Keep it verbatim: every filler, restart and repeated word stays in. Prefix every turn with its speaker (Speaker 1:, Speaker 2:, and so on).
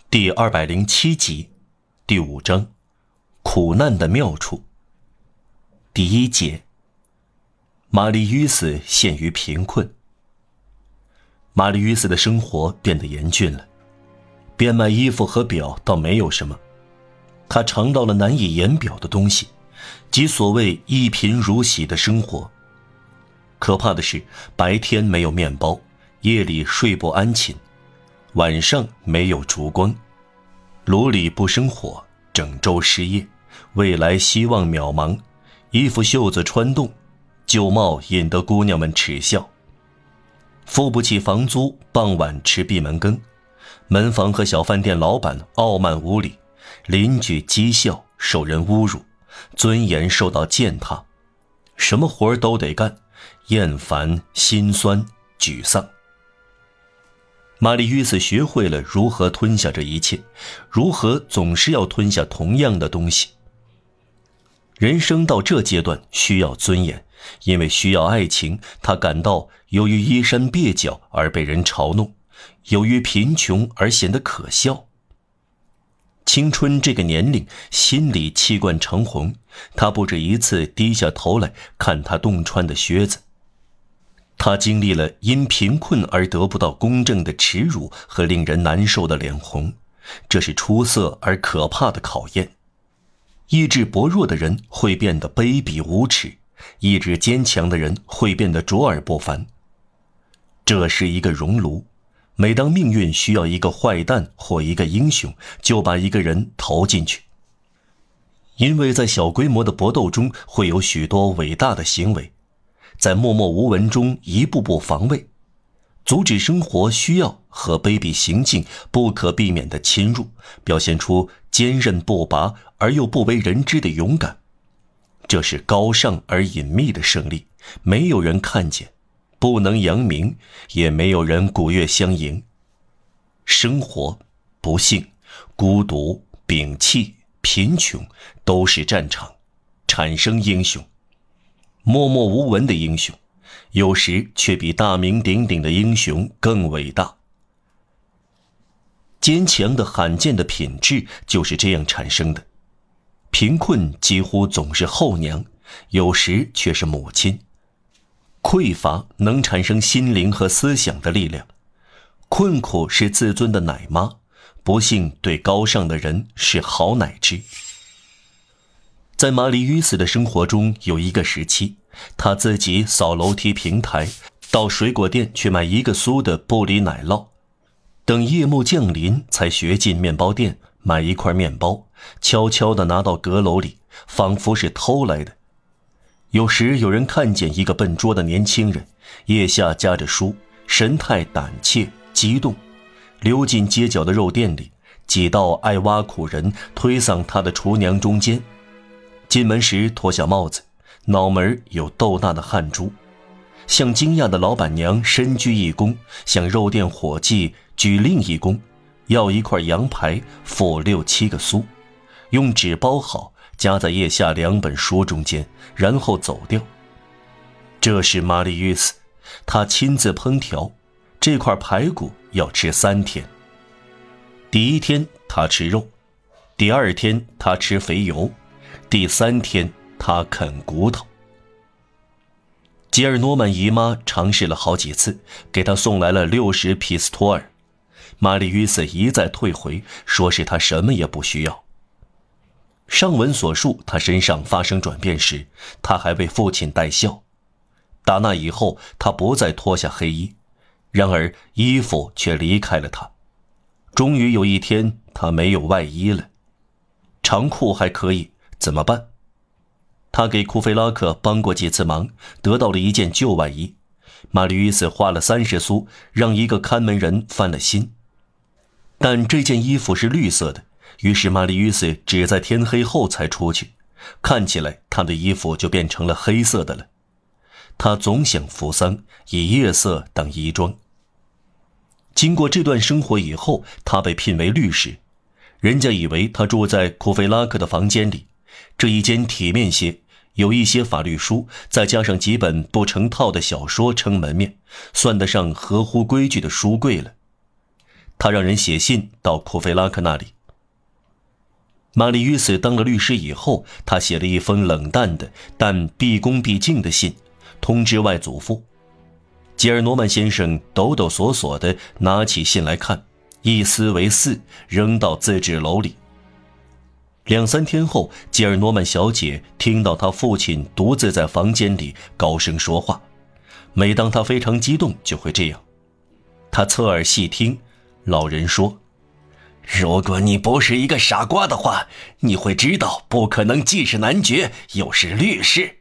Speaker 1: 第二百零七集，第五章，苦难的妙处。第一节，玛丽·约瑟陷于贫困。玛丽·约瑟的生活变得严峻了，变卖衣服和表倒没有什么，她尝到了难以言表的东西，即所谓一贫如洗的生活。可怕的是，白天没有面包，夜里睡不安寝，晚上没有烛光，炉里不生火，整周失业，未来希望渺茫，衣服袖子穿洞，旧帽引得姑娘们耻笑，付不起房租，傍晚吃闭门羹，门房和小饭店老板傲慢无礼，邻居讥笑，受人侮辱，尊严受到践踏，什么活都得干，厌烦、心酸、沮丧。玛丽·约瑟学会了如何吞下这一切，如何总是要吞下同样的东西。人生到这阶段需要尊严，因为需要爱情，他感到由于衣衫蹩脚而被人嘲弄，由于贫穷而显得可笑。青春这个年龄，心里气贯长虹，他不止一次低下头来看他洞穿的靴子。他经历了因贫困而得不到公正的耻辱和令人难受的脸红，这是出色而可怕的考验。意志薄弱的人会变得卑鄙无耻，意志坚强的人会变得卓尔不凡。这是一个熔炉，每当命运需要一个坏蛋或一个英雄，就把一个人投进去。因为在小规模的搏斗中会有许多伟大的行为，在默默无闻中一步步防卫，阻止生活需要和卑鄙行径不可避免的侵入，表现出坚韧不拔而又不为人知的勇敢。这是高尚而隐秘的胜利，没有人看见，不能扬名，也没有人鼓乐相迎。生活、不幸、孤独、摒弃、贫穷都是战场，产生英雄。默默无闻的英雄，有时却比大名鼎鼎的英雄更伟大。坚强的罕见的品质就是这样产生的。贫困几乎总是后娘，有时却是母亲。匮乏能产生心灵和思想的力量，困苦是自尊的奶妈，不幸对高尚的人是好奶汁。在玛丽·约瑟的生活中有一个时期，她自己扫楼梯平台，到水果店去买一个苏的布里奶酪，等夜幕降临才学进面包店买一块面包，悄悄地拿到阁楼里，仿佛是偷来的。有时有人看见一个笨拙的年轻人，腋下夹着书，神态胆怯激动，溜进街角的肉店里，挤到爱挖苦人推搡他的厨娘中间。进门时脱下帽子，脑门有豆大的汗珠，向惊讶的老板娘深鞠一躬，向肉店伙计举另一躬，要一块羊排，付六七个苏，用纸包好，夹在腋下两本书中间，然后走掉。这是玛丽·约瑟，她亲自烹调，这块排骨要吃三天。第一天她吃肉，第二天她吃肥油，第三天他啃骨头。吉尔诺曼姨妈尝试了好几次，给他送来了六十皮斯托尔，玛丽·约瑟一再退回，说是他什么也不需要。上文所述他身上发生转变时，他还为父亲带孝。打那以后，他不再脱下黑衣，然而衣服却离开了他。终于有一天，他没有外衣了，长裤还可以，怎么办？他给库菲拉克帮过几次忙，得到了一件旧外衣。玛丽·约瑟花了三十苏，让一个看门人翻了新。但这件衣服是绿色的，于是玛丽·约瑟只在天黑后才出去，看起来他的衣服就变成了黑色的了。他总想扶桑，以夜色当衣装。经过这段生活以后，他被聘为律师。人家以为他住在库菲拉克的房间里，这一间体面些，有一些法律书，再加上几本不成套的小说撑门面，算得上合乎规矩的书柜了。 他让人写信到库菲拉克那里。玛丽于斯当了律师以后，他写了一封冷淡的但毕恭毕敬的信，通知外祖父。吉尔诺曼先生抖抖索索地拿起信来看，一撕为四，扔到自制楼里。两三天后，吉尔诺曼小姐听到她父亲独自在房间里高声说话，每当他非常激动就会这样。她侧耳细听，老人说，如果你不是一个傻瓜的话，你会知道不可能既是男爵又是律师。